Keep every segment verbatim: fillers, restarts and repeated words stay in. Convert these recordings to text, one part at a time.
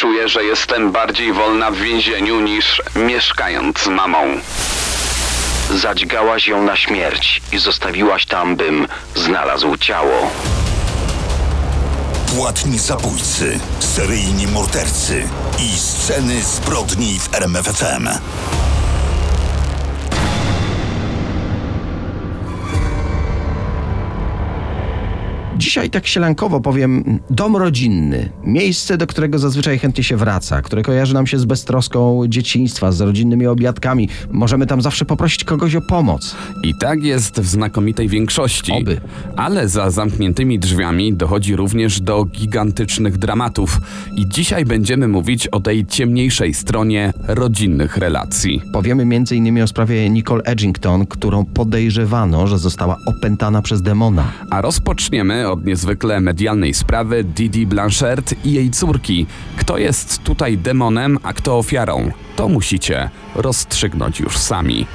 Czuję, że jestem bardziej wolna w więzieniu niż mieszkając z mamą. Zadźgałaś ją na śmierć i zostawiłaś tam, bym znalazł ciało. Płatni zabójcy, seryjni mordercy i sceny zbrodni w R M F F M. Dzisiaj tak sielankowo powiem dom rodzinny. Miejsce, do którego zazwyczaj chętnie się wraca, które kojarzy nam się z beztroską dzieciństwa, z rodzinnymi obiadkami. Możemy tam zawsze poprosić kogoś o pomoc. I tak jest w znakomitej większości. Oby. Ale za zamkniętymi drzwiami dochodzi również do gigantycznych dramatów. I dzisiaj będziemy mówić o tej ciemniejszej stronie rodzinnych relacji. Powiemy między innymi o sprawie Nicole Edgington, którą podejrzewano, że została opętana przez demona. A rozpoczniemy od niezwykle medialnej sprawy Didi Blanchard i jej córki. Kto jest tutaj demonem, a kto ofiarą? To musicie rozstrzygnąć już sami.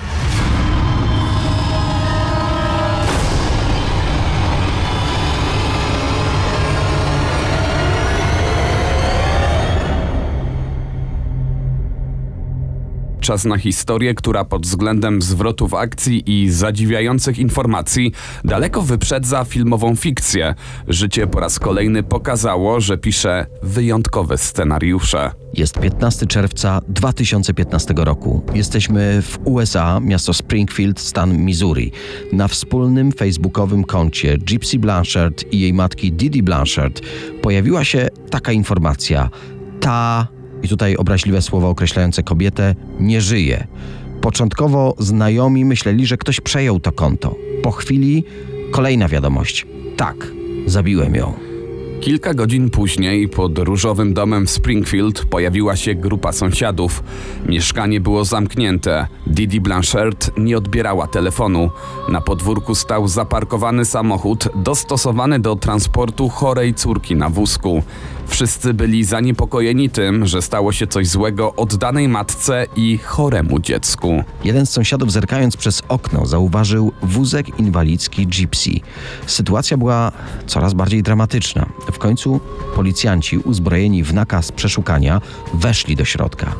Czas na historię, która pod względem zwrotów akcji i zadziwiających informacji daleko wyprzedza filmową fikcję. Życie po raz kolejny pokazało, że pisze wyjątkowe scenariusze. Jest piętnastego czerwca dwa tysiące piętnastego roku. Jesteśmy w U S A, miasto Springfield, stan Missouri. Na wspólnym facebookowym koncie Gypsy Blanchard i jej matki Didi Blanchard pojawiła się taka informacja. Ta... I tutaj obraźliwe słowo określające kobietę, nie żyje. Początkowo znajomi myśleli, że ktoś przejął to konto. Po chwili kolejna wiadomość. Tak, zabiłem ją. Kilka godzin później pod różowym domem w Springfield pojawiła się grupa sąsiadów. Mieszkanie było zamknięte. Didi Blanchard nie odbierała telefonu. Na podwórku stał zaparkowany samochód dostosowany do transportu chorej córki na wózku. Wszyscy byli zaniepokojeni tym, że stało się coś złego oddanej matce i choremu dziecku. Jeden z sąsiadów, zerkając przez okno, zauważył wózek inwalidzki Gypsy. Sytuacja była coraz bardziej dramatyczna. W końcu policjanci, uzbrojeni w nakaz przeszukania, weszli do środka.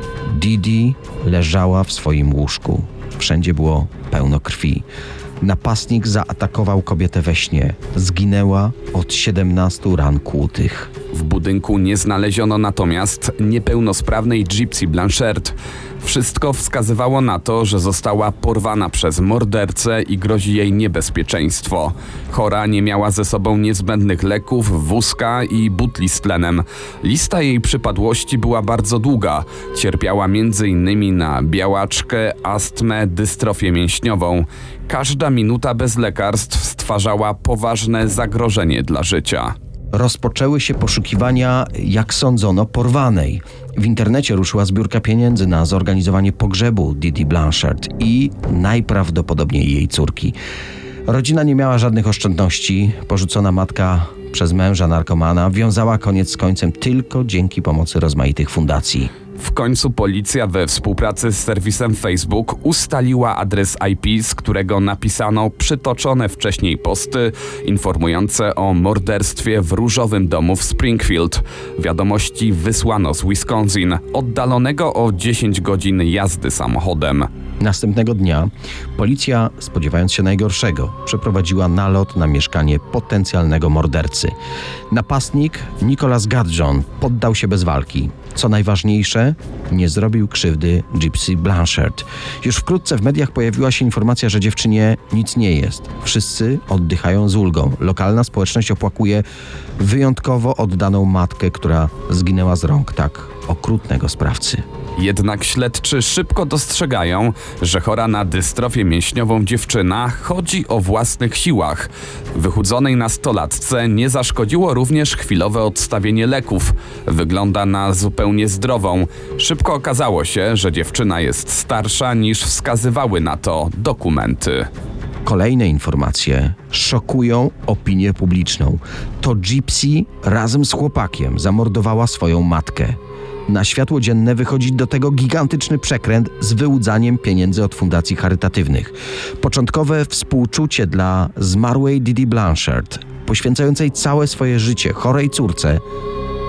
Didi leżała w swoim łóżku. Wszędzie było pełno krwi. Napastnik zaatakował kobietę we śnie. Zginęła od siedemnastu ran kłutych. W budynku nie znaleziono natomiast niepełnosprawnej Gypsy Blanchard. Wszystko wskazywało na to, że została porwana przez mordercę i grozi jej niebezpieczeństwo. Chora nie miała ze sobą niezbędnych leków, wózka i butli z tlenem. Lista jej przypadłości była bardzo długa. Cierpiała między innymi na białaczkę, astmę, dystrofię mięśniową. Każda minuta bez lekarstw stwarzała poważne zagrożenie dla życia. Rozpoczęły się poszukiwania, jak sądzono, porwanej. W internecie ruszyła zbiórka pieniędzy na zorganizowanie pogrzebu Didi Blanchard i najprawdopodobniej jej córki. Rodzina nie miała żadnych oszczędności. Porzucona matka przez męża narkomana wiązała koniec z końcem tylko dzięki pomocy rozmaitych fundacji. W końcu policja we współpracy z serwisem Facebook ustaliła adres I P, z którego napisano przytoczone wcześniej posty informujące o morderstwie w różowym domu w Springfield. Wiadomości wysłano z Wisconsin, oddalonego o dziesięć godzin jazdy samochodem. Następnego dnia policja, spodziewając się najgorszego, przeprowadziła nalot na mieszkanie potencjalnego mordercy. Napastnik Nicholas Gudjon poddał się bez walki. Co najważniejsze, nie zrobił krzywdy Gypsy Blanchard. Już wkrótce w mediach pojawiła się informacja, że dziewczynie nic nie jest. Wszyscy oddychają z ulgą. Lokalna społeczność opłakuje wyjątkowo oddaną matkę, która zginęła z rąk tak okrutnego sprawcy. Jednak śledczy szybko dostrzegają, że chora na dystrofię mięśniową dziewczyna chodzi o własnych siłach. Wychudzonej nastolatce nie zaszkodziło również chwilowe odstawienie leków. Wygląda na zupełnie zdrową. Szybko okazało się, że dziewczyna jest starsza niż wskazywały na to dokumenty. Kolejne informacje szokują opinię publiczną. To Gypsy razem z chłopakiem zamordowała swoją matkę. Na światło dzienne wychodzi do tego gigantyczny przekręt z wyłudzaniem pieniędzy od fundacji charytatywnych. Początkowe współczucie dla zmarłej Didi Blanchard, poświęcającej całe swoje życie chorej córce,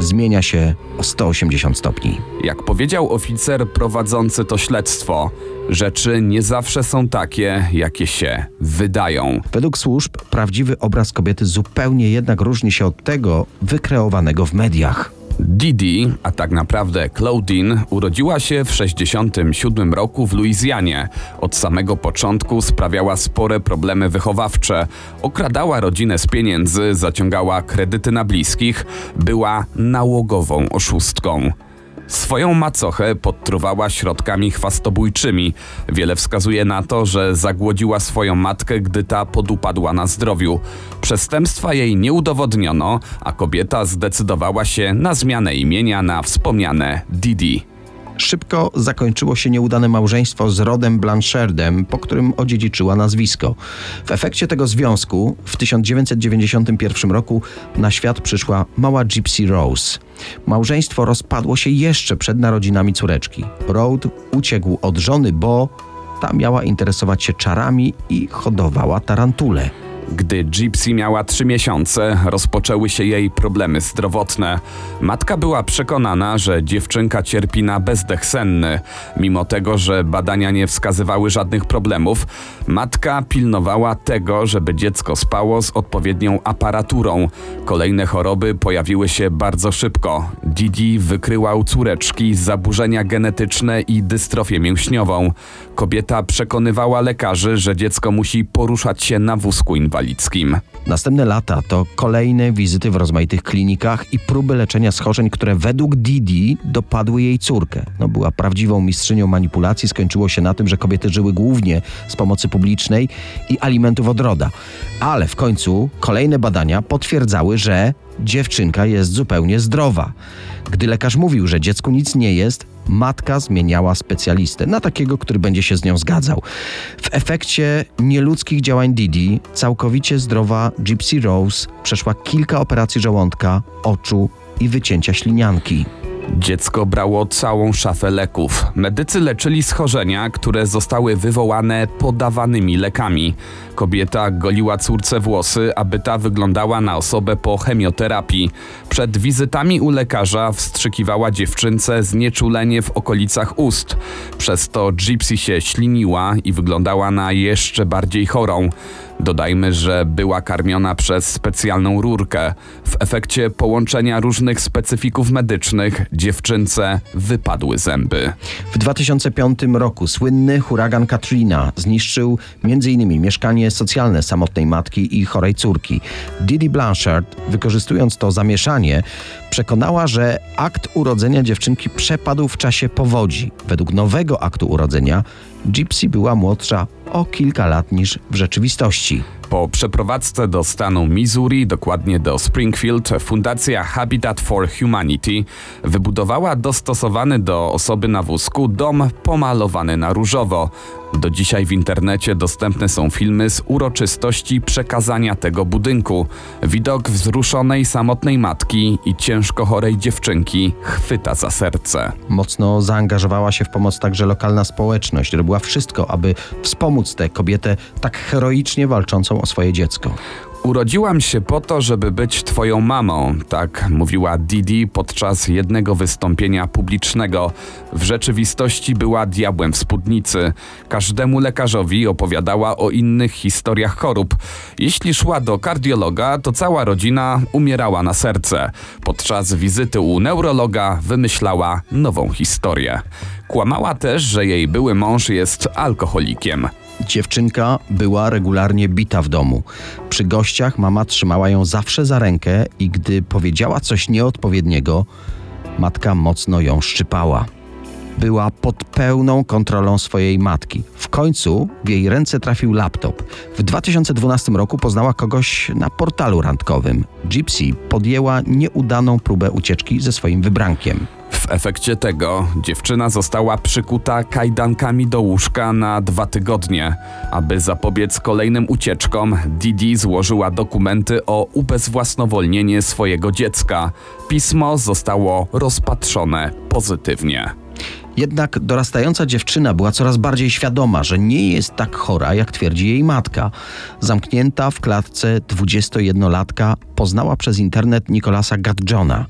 zmienia się o sto osiemdziesiąt stopni. Jak powiedział oficer prowadzący to śledztwo, rzeczy nie zawsze są takie, jakie się wydają. Według służb prawdziwy obraz kobiety zupełnie jednak różni się od tego wykreowanego w mediach. Didi, a tak naprawdę Claudine, urodziła się w sześćdziesiątym siódmym roku w Luizjanie. Od samego początku sprawiała spore problemy wychowawcze. Okradała rodzinę z pieniędzy, zaciągała kredyty na bliskich, była nałogową oszustką. Swoją macochę podtruwała środkami chwastobójczymi. Wiele wskazuje na to, że zagłodziła swoją matkę, gdy ta podupadła na zdrowiu. Przestępstwa jej nie udowodniono, a kobieta zdecydowała się na zmianę imienia na wspomniane Didi. Szybko zakończyło się nieudane małżeństwo z Rodem Blanchardem, po którym odziedziczyła nazwisko. W efekcie tego związku w tysiąc dziewięćset dziewięćdziesiątym pierwszym roku na świat przyszła mała Gypsy Rose. Małżeństwo rozpadło się jeszcze przed narodzinami córeczki. Rode uciekł od żony, bo ta miała interesować się czarami i hodowała tarantule. Gdy Gypsy miała trzy miesiące, rozpoczęły się jej problemy zdrowotne. Matka była przekonana, że dziewczynka cierpi na bezdech senny. Mimo tego, że badania nie wskazywały żadnych problemów, matka pilnowała tego, żeby dziecko spało z odpowiednią aparaturą. Kolejne choroby pojawiły się bardzo szybko. Didi wykryła u córeczki zaburzenia genetyczne i dystrofię mięśniową. Kobieta przekonywała lekarzy, że dziecko musi poruszać się na wózku inwalidzkim. Następne lata to kolejne wizyty w rozmaitych klinikach i próby leczenia schorzeń, które według Didi dopadły jej córkę. No, była prawdziwą mistrzynią manipulacji. Skończyło się na tym, że kobiety żyły głównie z pomocy publicznej i alimentów od Roda. Ale w końcu kolejne badania potwierdzały, że dziewczynka jest zupełnie zdrowa. Gdy lekarz mówił, że dziecku nic nie jest, matka zmieniała specjalistę na takiego, który będzie się z nią zgadzał. W efekcie nieludzkich działań Didi całkowicie zdrowa Gypsy Rose przeszła kilka operacji żołądka, oczu i wycięcia ślinianki. Dziecko brało całą szafę leków. Medycy leczyli schorzenia, które zostały wywołane podawanymi lekami. Kobieta goliła córce włosy, aby ta wyglądała na osobę po chemioterapii. Przed wizytami u lekarza wstrzykiwała dziewczynce znieczulenie w okolicach ust. Przez to Gypsy się śliniła i wyglądała na jeszcze bardziej chorą. Dodajmy, że była karmiona przez specjalną rurkę. W efekcie połączenia różnych specyfików medycznych dziewczynce wypadły zęby. W dwa tysiące piątym roku słynny huragan Katrina zniszczył między innymi mieszkanie socjalne samotnej matki i chorej córki. Didi Blanchard, wykorzystując to zamieszanie, przekonała, że akt urodzenia dziewczynki przepadł w czasie powodzi. Według nowego aktu urodzenia Gypsy była młodsza o kilka lat niż w rzeczywistości. Po przeprowadzce do stanu Missouri, dokładnie do Springfield, fundacja Habitat for Humanity wybudowała dostosowany do osoby na wózku dom pomalowany na różowo. Do dzisiaj w internecie dostępne są filmy z uroczystości przekazania tego budynku. Widok wzruszonej samotnej matki i ciężko chorej dziewczynki chwyta za serce. Mocno zaangażowała się w pomoc także lokalna społeczność. Robiła wszystko, aby wspomóc tę kobietę tak heroicznie walczącą o swoje dziecko. Urodziłam się po to, żeby być twoją mamą, tak mówiła Didi podczas jednego wystąpienia publicznego. W rzeczywistości była diabłem w spódnicy. Każdemu lekarzowi opowiadała o innych historiach chorób. Jeśli szła do kardiologa, to cała rodzina umierała na serce. Podczas wizyty u neurologa wymyślała nową historię. Kłamała też, że jej były mąż jest alkoholikiem. Dziewczynka była regularnie bita w domu. Przy gościach mama trzymała ją zawsze za rękę i gdy powiedziała coś nieodpowiedniego, matka mocno ją szczypała. Była pod pełną kontrolą swojej matki. W końcu w jej ręce trafił laptop. W dwa tysiące dwunastym roku poznała kogoś na portalu randkowym. Gypsy podjęła nieudaną próbę ucieczki ze swoim wybrankiem. W efekcie tego dziewczyna została przykuta kajdankami do łóżka na dwa tygodnie. Aby zapobiec kolejnym ucieczkom, Didi złożyła dokumenty o ubezwłasnowolnienie swojego dziecka. Pismo zostało rozpatrzone pozytywnie. Jednak dorastająca dziewczyna była coraz bardziej świadoma, że nie jest tak chora, jak twierdzi jej matka. Zamknięta w klatce dwudziestojednolatka poznała przez internet Nicolasa Gadjona.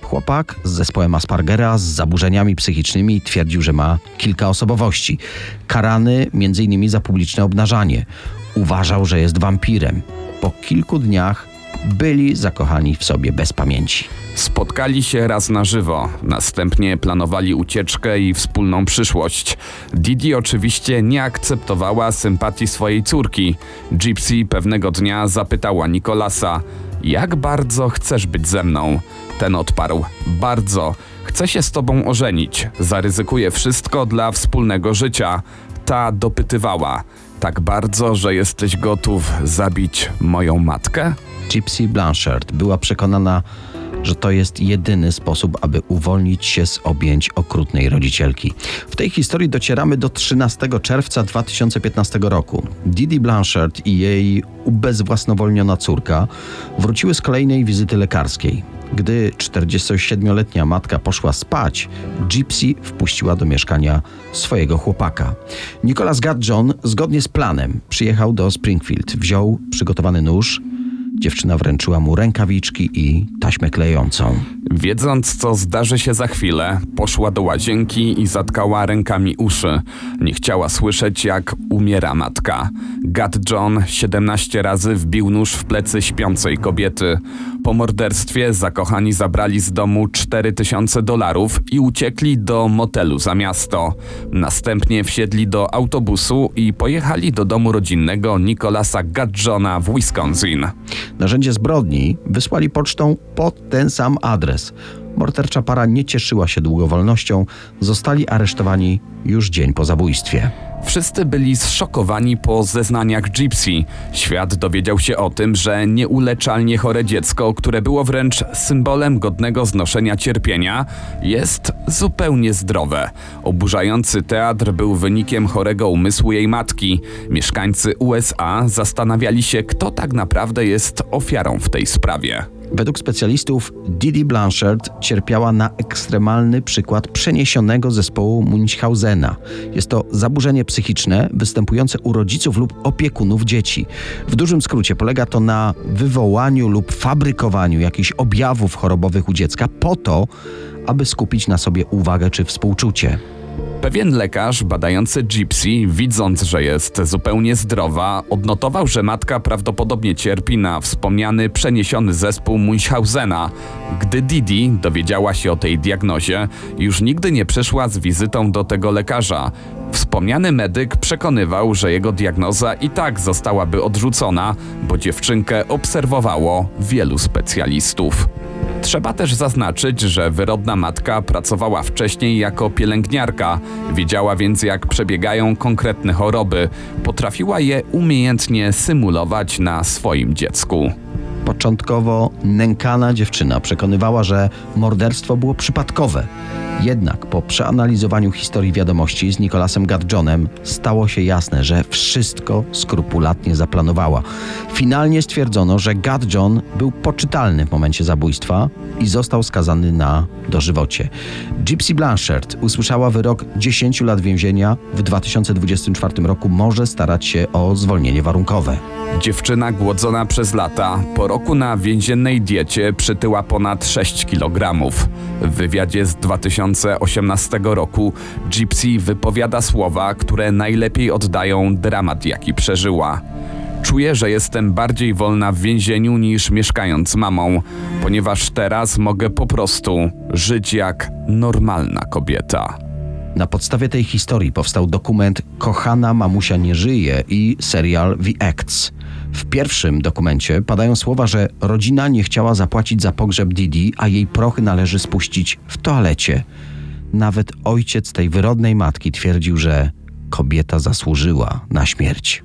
Chłopak z zespołem Aspergera, z zaburzeniami psychicznymi, twierdził, że ma kilka osobowości. Karany między innymi za publiczne obnażanie. Uważał, że jest wampirem. Po kilku dniach byli zakochani w sobie bez pamięci. Spotkali się raz na żywo, następnie planowali ucieczkę i wspólną przyszłość. Didi oczywiście nie akceptowała sympatii swojej córki. Gypsy pewnego dnia zapytała Nicolasa: jak bardzo chcesz być ze mną? Ten odparł: bardzo. Chcę się z tobą ożenić. Zaryzykuję wszystko dla wspólnego życia. Ta dopytywała: tak bardzo, że jesteś gotów zabić moją matkę? Gypsy Blanchard była przekonana, że to jest jedyny sposób, aby uwolnić się z objęć okrutnej rodzicielki. W tej historii docieramy do trzynastego czerwca dwa tysiące piętnastego roku. Didi Blanchard i jej ubezwłasnowolniona córka wróciły z kolejnej wizyty lekarskiej. Gdy czterdziestosiedmioletnia matka poszła spać, Gypsy wpuściła do mieszkania swojego chłopaka. Nicholas Gudjohn zgodnie z planem przyjechał do Springfield, wziął przygotowany nóż. Dziewczyna wręczyła mu rękawiczki i taśmę klejącą. Wiedząc, co zdarzy się za chwilę, poszła do łazienki i zatkała rękami uszy. Nie chciała słyszeć, jak umiera matka. Gudjohn siedemnaście razy wbił nóż w plecy śpiącej kobiety. Po morderstwie zakochani zabrali z domu cztery tysiące dolarów i uciekli do motelu za miasto. Następnie wsiedli do autobusu i pojechali do domu rodzinnego Nicholasa Gudjohna w Wisconsin. Narzędzie zbrodni wysłali pocztą pod ten sam adres. Mordercza para nie cieszyła się długowolnością, zostali aresztowani już dzień po zabójstwie. Wszyscy byli zszokowani po zeznaniach Gypsy. Świat dowiedział się o tym, że nieuleczalnie chore dziecko, które było wręcz symbolem godnego znoszenia cierpienia, jest zupełnie zdrowe. Oburzający teatr był wynikiem chorego umysłu jej matki. Mieszkańcy U S A zastanawiali się, kto tak naprawdę jest ofiarą w tej sprawie. Według specjalistów Didi Blanchard cierpiała na ekstremalny przykład przeniesionego zespołu Munchhausena. Jest to zaburzenie psychiczne występujące u rodziców lub opiekunów dzieci. W dużym skrócie polega to na wywołaniu lub fabrykowaniu jakichś objawów chorobowych u dziecka po to, aby skupić na sobie uwagę czy współczucie. Pewien lekarz badający Gypsy, widząc, że jest zupełnie zdrowa, odnotował, że matka prawdopodobnie cierpi na wspomniany przeniesiony zespół Munchhausena. Gdy Didi dowiedziała się o tej diagnozie, już nigdy nie przyszła z wizytą do tego lekarza. Wspomniany medyk przekonywał, że jego diagnoza i tak zostałaby odrzucona, bo dziewczynkę obserwowało wielu specjalistów. Trzeba też zaznaczyć, że wyrodna matka pracowała wcześniej jako pielęgniarka, wiedziała więc, jak przebiegają konkretne choroby, potrafiła je umiejętnie symulować na swoim dziecku. Początkowo nękana dziewczyna przekonywała, że morderstwo było przypadkowe. Jednak po przeanalizowaniu historii wiadomości z Nicholasem Gudjohnem stało się jasne, że wszystko skrupulatnie zaplanowała. Finalnie stwierdzono, że Gudjohn był poczytalny w momencie zabójstwa i został skazany na dożywocie. Gypsy Blanchard usłyszała wyrok dziesięciu lat więzienia. W dwa tysiące dwudziestym czwartym roku może starać się o zwolnienie warunkowe. Dziewczyna głodzona przez lata, po roku na więziennej diecie przytyła ponad sześć kilogramów. W wywiadzie z dwa tysiące osiemnastego roku Gypsy wypowiada słowa, które najlepiej oddają dramat, jaki przeżyła. Czuję, że jestem bardziej wolna w więzieniu niż mieszkając z mamą, ponieważ teraz mogę po prostu żyć jak normalna kobieta. Na podstawie tej historii powstał dokument Kochana mamusia nie żyje i serial The Acts. W pierwszym dokumencie padają słowa, że rodzina nie chciała zapłacić za pogrzeb Didi, a jej prochy należy spuścić w toalecie. Nawet ojciec tej wyrodnej matki twierdził, że kobieta zasłużyła na śmierć.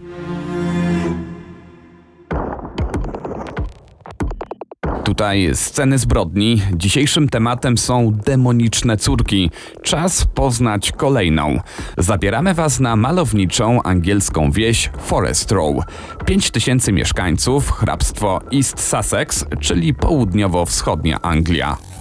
Tutaj sceny zbrodni. Dzisiejszym tematem są demoniczne córki. Czas poznać kolejną. Zabieramy was na malowniczą angielską wieś Forest Row. Pięć tysięcy mieszkańców, hrabstwo East Sussex, czyli południowo-wschodnia Anglia.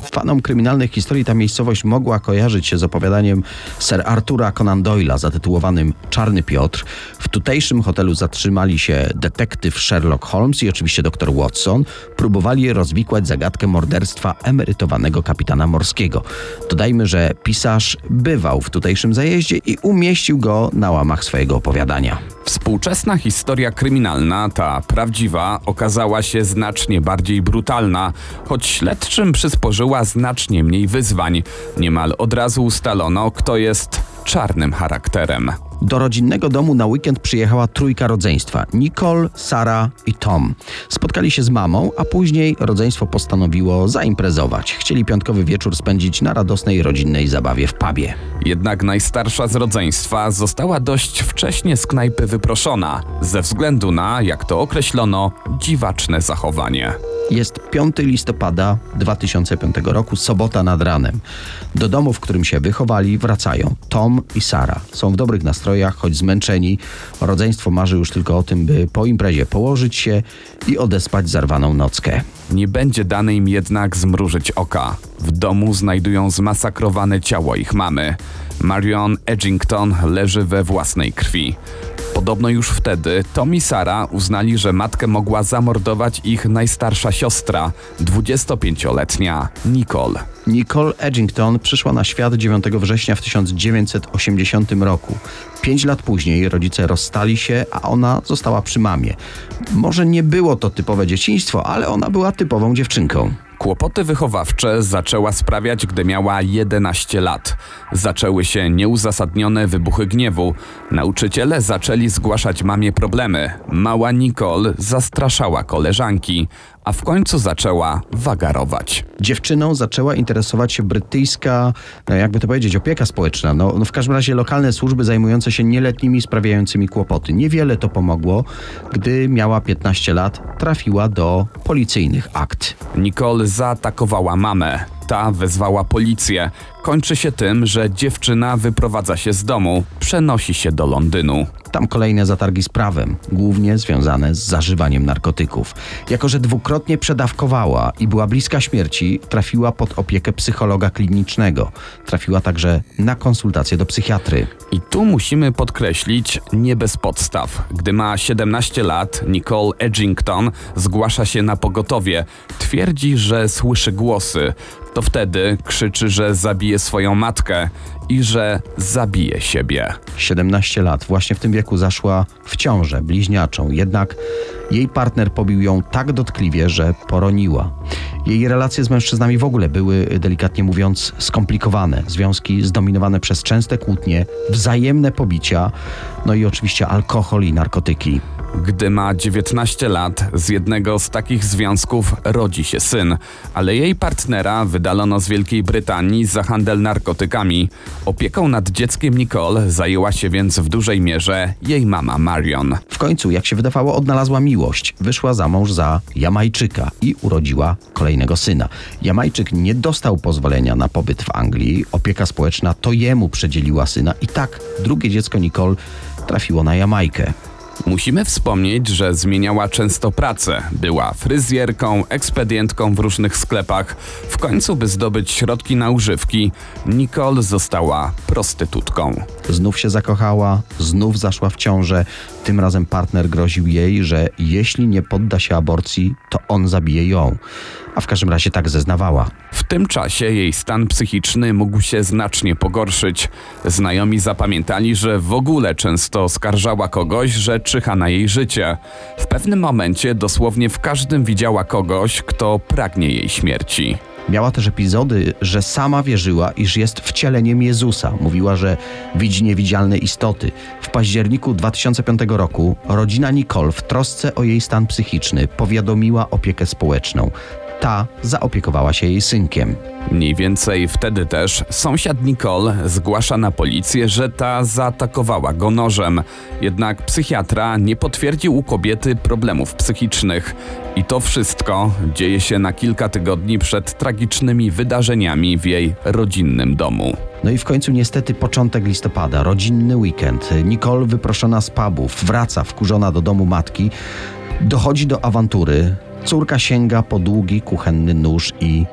Fanom kryminalnych historii ta miejscowość mogła kojarzyć się z opowiadaniem Sir Artura Conan Doyle'a zatytułowanym Czarny Piotr. W tutejszym hotelu zatrzymali się detektyw Sherlock Holmes i oczywiście doktor Watson. Próbowali rozwikłać zagadkę morderstwa emerytowanego kapitana morskiego. Dodajmy, że pisarz bywał w tutejszym zajeździe i umieścił go na łamach swojego opowiadania. Współczesna historia kryminalna, ta prawdziwa, okazała się znacznie bardziej brutalna, choć śledczym przysporzyła znacznie mniej wyzwań. Niemal od razu ustalono, kto jest czarnym charakterem. Do rodzinnego domu na weekend przyjechała trójka rodzeństwa: Nicole, Sarah i Tom. Spotkali się z mamą, a później rodzeństwo postanowiło zaimprezować. Chcieli piątkowy wieczór spędzić na radosnej rodzinnej zabawie w pubie. Jednak najstarsza z rodzeństwa została dość wcześnie z knajpy wyproszona, ze względu na, jak to określono, dziwaczne zachowanie. Jest piątego listopada dwa tysiące piątego roku, sobota nad ranem. Do domu, w którym się wychowali, wracają Tom i Sarah. Są w dobrych nastrojach, choć zmęczeni. Rodzeństwo marzy już tylko o tym, by po imprezie położyć się i odespać zarwaną nockę. Nie będzie dane im jednak zmrużyć oka. W domu znajdują zmasakrowane ciało ich mamy. Marion Edgington leży we własnej krwi. Podobno już wtedy Tom i Sarah uznali, że matkę mogła zamordować ich najstarsza siostra, dwudziestopięcioletnia Nicole. Nicole Edgington przyszła na świat dziewiątego września w tysiąc dziewięćset osiemdziesiątym roku. Pięć lat później rodzice rozstali się, a ona została przy mamie. Może nie było to typowe dzieciństwo, ale ona była typową dziewczynką. Kłopoty wychowawcze zaczęła sprawiać, gdy miała jedenaście lat. Zaczęły się nieuzasadnione wybuchy gniewu. Nauczyciele zaczęli zgłaszać mamie problemy. Mała Nicole zastraszała koleżanki, a w końcu zaczęła wagarować. Dziewczyną zaczęła interesować się brytyjska, jakby to powiedzieć, opieka społeczna. No, no w każdym razie lokalne służby zajmujące się nieletnimi, sprawiającymi kłopoty. Niewiele to pomogło. Gdy miała piętnaście lat, trafiła do policyjnych akt. Nicole zaatakowała mamę. Ta wezwała policję. Kończy się tym, że dziewczyna wyprowadza się z domu, przenosi się do Londynu. Tam kolejne zatargi z prawem, głównie związane z zażywaniem narkotyków. Jako że dwukrotnie przedawkowała i była bliska śmierci, trafiła pod opiekę psychologa klinicznego. Trafiła także na konsultację do psychiatry. I tu musimy podkreślić, nie bez podstaw. Gdy ma siedemnaście lat, Nicole Edgington zgłasza się na pogotowie. Twierdzi, że słyszy głosy. To wtedy krzyczy, że zabije swoją matkę i że zabije siebie. siedemnaście lat. Właśnie w tym wieku zaszła w ciążę bliźniaczą. Jednak jej partner pobił ją tak dotkliwie, że poroniła. Jej relacje z mężczyznami w ogóle były, delikatnie mówiąc, skomplikowane. Związki zdominowane przez częste kłótnie, wzajemne pobicia, no i oczywiście alkohol i narkotyki. Gdy ma dziewiętnaście lat, z jednego z takich związków rodzi się syn, ale jej partnera wydalono z Wielkiej Brytanii za handel narkotykami. Opieką nad dzieckiem Nicole zajęła się więc w dużej mierze jej mama Marion. W końcu, jak się wydawało, odnalazła miłość. Wyszła za mąż za Jamajczyka i urodziła kolejnego syna. Jamajczyk nie dostał pozwolenia na pobyt w Anglii. Opieka społeczna to jemu przedzieliła syna i tak drugie dziecko Nicole trafiło na Jamajkę. Musimy wspomnieć, że zmieniała często pracę. Była fryzjerką, ekspedientką w różnych sklepach. W końcu, by zdobyć środki na używki, Nicole została prostytutką. Znów się zakochała, znów zaszła w ciążę. Tym razem partner groził jej, że jeśli nie podda się aborcji, to on zabije ją. A w każdym razie tak zeznawała. W tym czasie jej stan psychiczny mógł się znacznie pogorszyć. Znajomi zapamiętali, że w ogóle często oskarżała kogoś, że czyha na jej życie. W pewnym momencie dosłownie w każdym widziała kogoś, kto pragnie jej śmierci. Miała też epizody, że sama wierzyła, iż jest wcieleniem Jezusa. Mówiła, że widzi niewidzialne istoty. W październiku dwa tysiące piątego roku rodzina Nicole w trosce o jej stan psychiczny powiadomiła opiekę społeczną. Ta zaopiekowała się jej synkiem. Mniej więcej wtedy też sąsiad Nicole zgłasza na policję, że ta zaatakowała go nożem. Jednak psychiatra nie potwierdził u kobiety problemów psychicznych. I to wszystko dzieje się na kilka tygodni przed tragicznymi wydarzeniami w jej rodzinnym domu. No i w końcu niestety początek listopada, rodzinny weekend. Nicole, wyproszona z pubów, wraca wkurzona do domu matki. Dochodzi do awantury. Córka sięga po długi kuchenny nóż i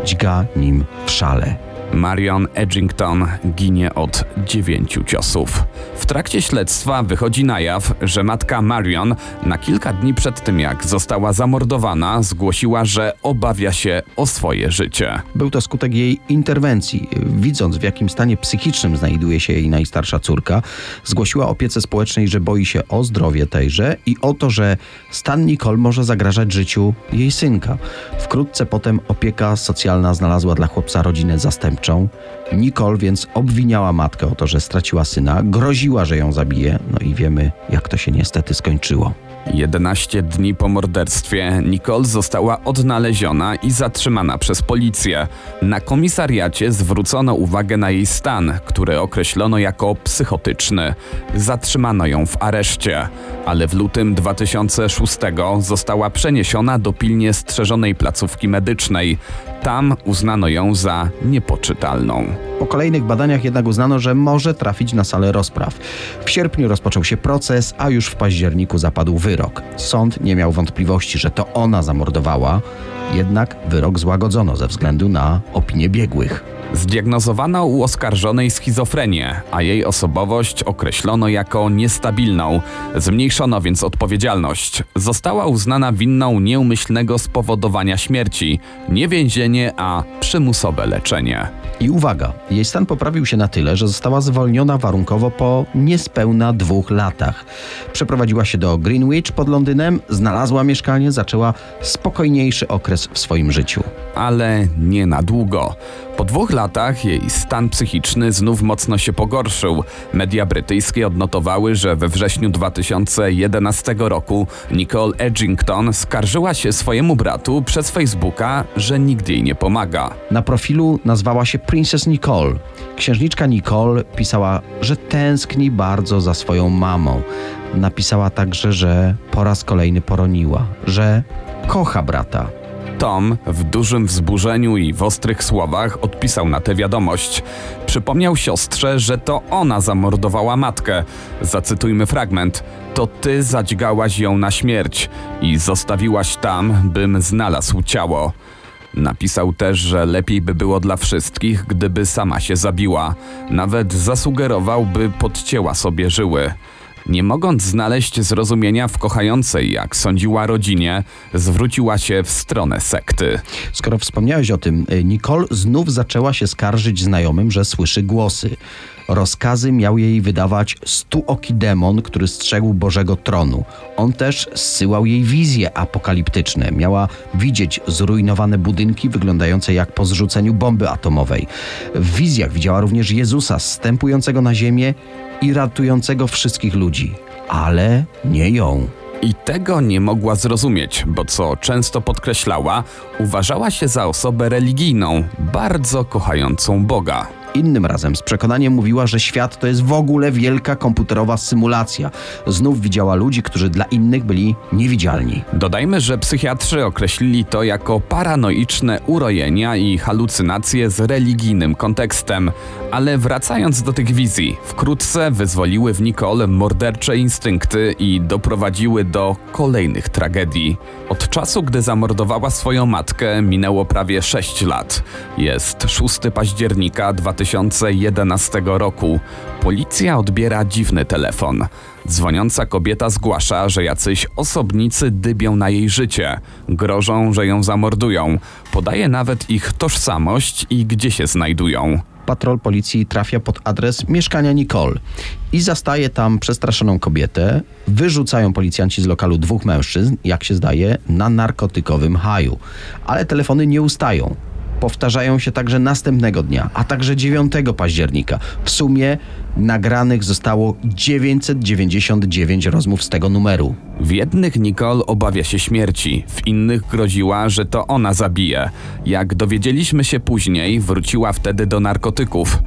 dźga nim w szale. Marion Edgington ginie od dziewięciu ciosów. W trakcie śledztwa wychodzi na jaw, że matka Marion na kilka dni przed tym, jak została zamordowana, zgłosiła, że obawia się o swoje życie. Był to skutek jej interwencji. Widząc, w jakim stanie psychicznym znajduje się jej najstarsza córka, zgłosiła opiece społecznej, że boi się o zdrowie tejże i o to, że stan Nicole może zagrażać życiu jej synka. Wkrótce potem opieka socjalna znalazła dla chłopca rodzinę zastępczą. Nicole więc obwiniała matkę o to, że straciła syna, groziła, że ją zabije, no i wiemy, jak to się niestety skończyło. jedenaście dni po morderstwie Nicole została odnaleziona i zatrzymana przez policję. Na komisariacie zwrócono uwagę na jej stan, który określono jako psychotyczny. Zatrzymano ją w areszcie, ale w lutym dwa tysiące szóstego została przeniesiona do pilnie strzeżonej placówki medycznej. Tam uznano ją za niepoczytalną. Po kolejnych badaniach jednak uznano, że może trafić na salę rozpraw. W sierpniu rozpoczął się proces, a już w październiku zapadł wyrok. Sąd nie miał wątpliwości, że to ona zamordowała, jednak wyrok złagodzono ze względu na opinię biegłych. Zdiagnozowano u oskarżonej schizofrenię, a jej osobowość określono jako niestabilną. Zmniejszono więc odpowiedzialność. Została uznana winną nieumyślnego spowodowania śmierci. Nie więzienie, a przymusowe leczenie. I uwaga, jej stan poprawił się na tyle, że została zwolniona warunkowo po niespełna dwóch latach. Przeprowadziła się do Greenwich pod Londynem, znalazła mieszkanie, zaczęła spokojniejszy okres w swoim życiu. Ale nie na długo. Po dwóch latach jej stan psychiczny znów mocno się pogorszył. Media brytyjskie odnotowały, że we wrześniu dwa tysiące jedenastego roku Nicole Edgington skarżyła się swojemu bratu przez Facebooka, że nikt jej nie pomaga. Na profilu nazwała się Princess Nicole. Księżniczka Nicole pisała, że tęskni bardzo za swoją mamą. Napisała także, że po raz kolejny poroniła, że kocha brata. Tom w dużym wzburzeniu i w ostrych słowach odpisał na tę wiadomość. Przypomniał siostrze, że to ona zamordowała matkę. Zacytujmy fragment. To ty zadźgałaś ją na śmierć i zostawiłaś tam, bym znalazł ciało. Napisał też, że lepiej by było dla wszystkich, gdyby sama się zabiła. Nawet zasugerował, by podcięła sobie żyły. Nie mogąc znaleźć zrozumienia w kochającej, jak sądziła, rodzinie, zwróciła się w stronę sekty. Skoro wspomniałeś o tym, Nicole znów zaczęła się skarżyć znajomym, że słyszy głosy. Rozkazy miał jej wydawać stuoki demon, który strzegł Bożego Tronu. On też zsyłał jej wizje apokaliptyczne. Miała widzieć zrujnowane budynki wyglądające jak po zrzuceniu bomby atomowej. W wizjach widziała również Jezusa zstępującego na ziemię i ratującego wszystkich ludzi. Ale nie ją. I tego nie mogła zrozumieć, bo co często podkreślała, uważała się za osobę religijną, bardzo kochającą Boga. Innym razem z przekonaniem mówiła, że świat to jest w ogóle wielka komputerowa symulacja. Znów widziała ludzi, którzy dla innych byli niewidzialni. Dodajmy, że psychiatrzy określili to jako paranoiczne urojenia i halucynacje z religijnym kontekstem. Ale wracając do tych wizji, wkrótce wyzwoliły w Nicole mordercze instynkty i doprowadziły do kolejnych tragedii. Od czasu, gdy zamordowała swoją matkę, minęło prawie sześć lat. Jest szóstego października dwa tysiące jedenastego roku. Policja odbiera dziwny telefon. Dzwoniąca kobieta zgłasza, że jacyś osobnicy dybią na jej życie. Grożą, że ją zamordują. Podaje nawet ich tożsamość i gdzie się znajdują. Patrol policji trafia pod adres mieszkania Nicole i zastaje tam przestraszoną kobietę. Wyrzucają policjanci z lokalu dwóch mężczyzn, jak się zdaje, na narkotykowym haju. Ale telefony nie ustają. Powtarzają się także następnego dnia, a także dziewiątego października. W sumie nagranych zostało dziewięćset dziewięćdziesiąt dziewięć rozmów z tego numeru. W jednych Nicole obawia się śmierci, w innych groziła, że to ona zabije. Jak dowiedzieliśmy się później, wróciła wtedy do narkotyków.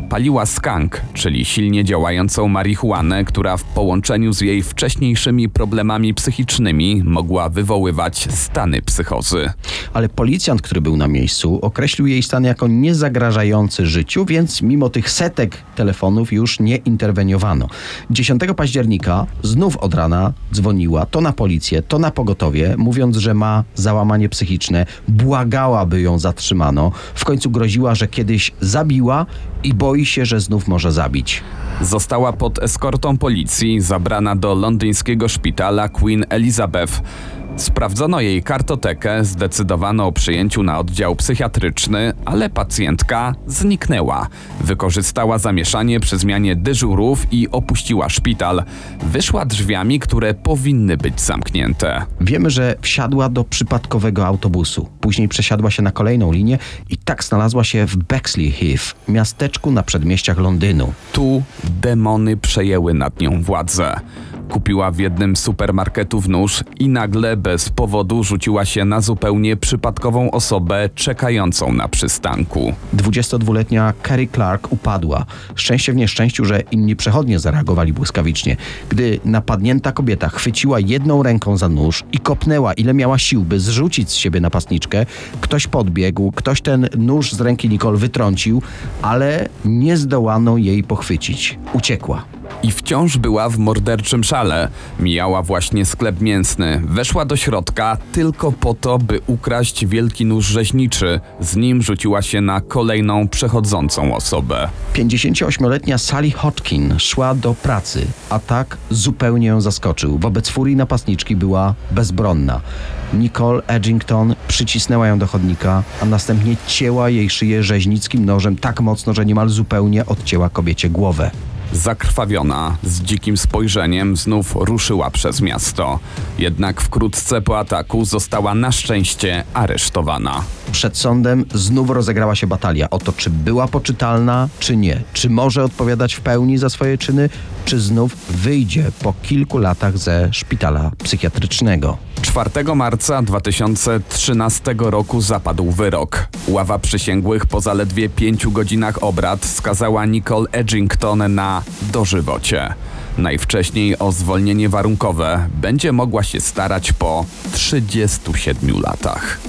Paliła skunk, czyli silnie działającą marihuanę, która w połączeniu z jej wcześniejszymi problemami psychicznymi mogła wywoływać stany psychozy. Ale policjant, który był na miejscu, określił jej stan jako niezagrażający życiu, więc mimo tych setek telefonów już nie interweniowano. dziesiątego października znów od rana dzwoniła to na policję, to na pogotowie, mówiąc, że ma załamanie psychiczne, błagała, by ją zatrzymano. W końcu groziła, że kiedyś zabiła i boi się, że znów może zabić. Została pod eskortą policji zabrana do londyńskiego szpitala Queen Elizabeth. Sprawdzono jej kartotekę, zdecydowano o przyjęciu na oddział psychiatryczny, ale pacjentka zniknęła. Wykorzystała zamieszanie przy zmianie dyżurów i opuściła szpital. Wyszła drzwiami, które powinny być zamknięte. Wiemy, że wsiadła do przypadkowego autobusu. Później przesiadła się na kolejną linię i tak znalazła się w Bexley Heath, miasteczku na przedmieściach Londynu. Tu demony przejęły nad nią władzę. Kupiła w jednym z supermarketów nóż i nagle bez powodu rzuciła się na zupełnie przypadkową osobę czekającą na przystanku. dwudziestodwuletnia Carrie Clark upadła. Szczęście w nieszczęściu, że inni przechodnie zareagowali błyskawicznie. Gdy napadnięta kobieta chwyciła jedną ręką za nóż i kopnęła ile miała sił, by zrzucić z siebie napastniczkę, ktoś podbiegł, ktoś ten nóż z ręki Nicole wytrącił, ale nie zdołano jej pochwycić. Uciekła. I wciąż była w morderczym szale. Mijała właśnie sklep mięsny. Weszła do środka tylko po to, by ukraść wielki nóż rzeźniczy. Z nim rzuciła się na kolejną przechodzącą osobę. pięćdziesięcioośmioletnia Sally Hodkin szła do pracy. Atak zupełnie ją zaskoczył. Wobec furii napastniczki była bezbronna. Nicole Edgington przycisnęła ją do chodnika, a następnie cięła jej szyję rzeźnickim nożem tak mocno, że niemal zupełnie odcięła kobiecie głowę. Zakrwawiona, z dzikim spojrzeniem znów ruszyła przez miasto. Jednak wkrótce po ataku została na szczęście aresztowana. Przed sądem znów rozegrała się batalia o to, czy była poczytalna, czy nie. Czy może odpowiadać w pełni za swoje czyny, czy znów wyjdzie po kilku latach ze szpitala psychiatrycznego. czwartego marca dwa tysiące trzynastego roku zapadł wyrok. Ława przysięgłych po zaledwie pięciu godzinach obrad skazała Nicole Edgington na dożywocie. Najwcześniej o zwolnienie warunkowe będzie mogła się starać po trzydziestu siedmiu latach.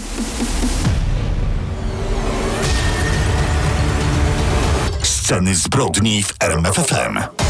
Sceny zbrodni w R M F F M.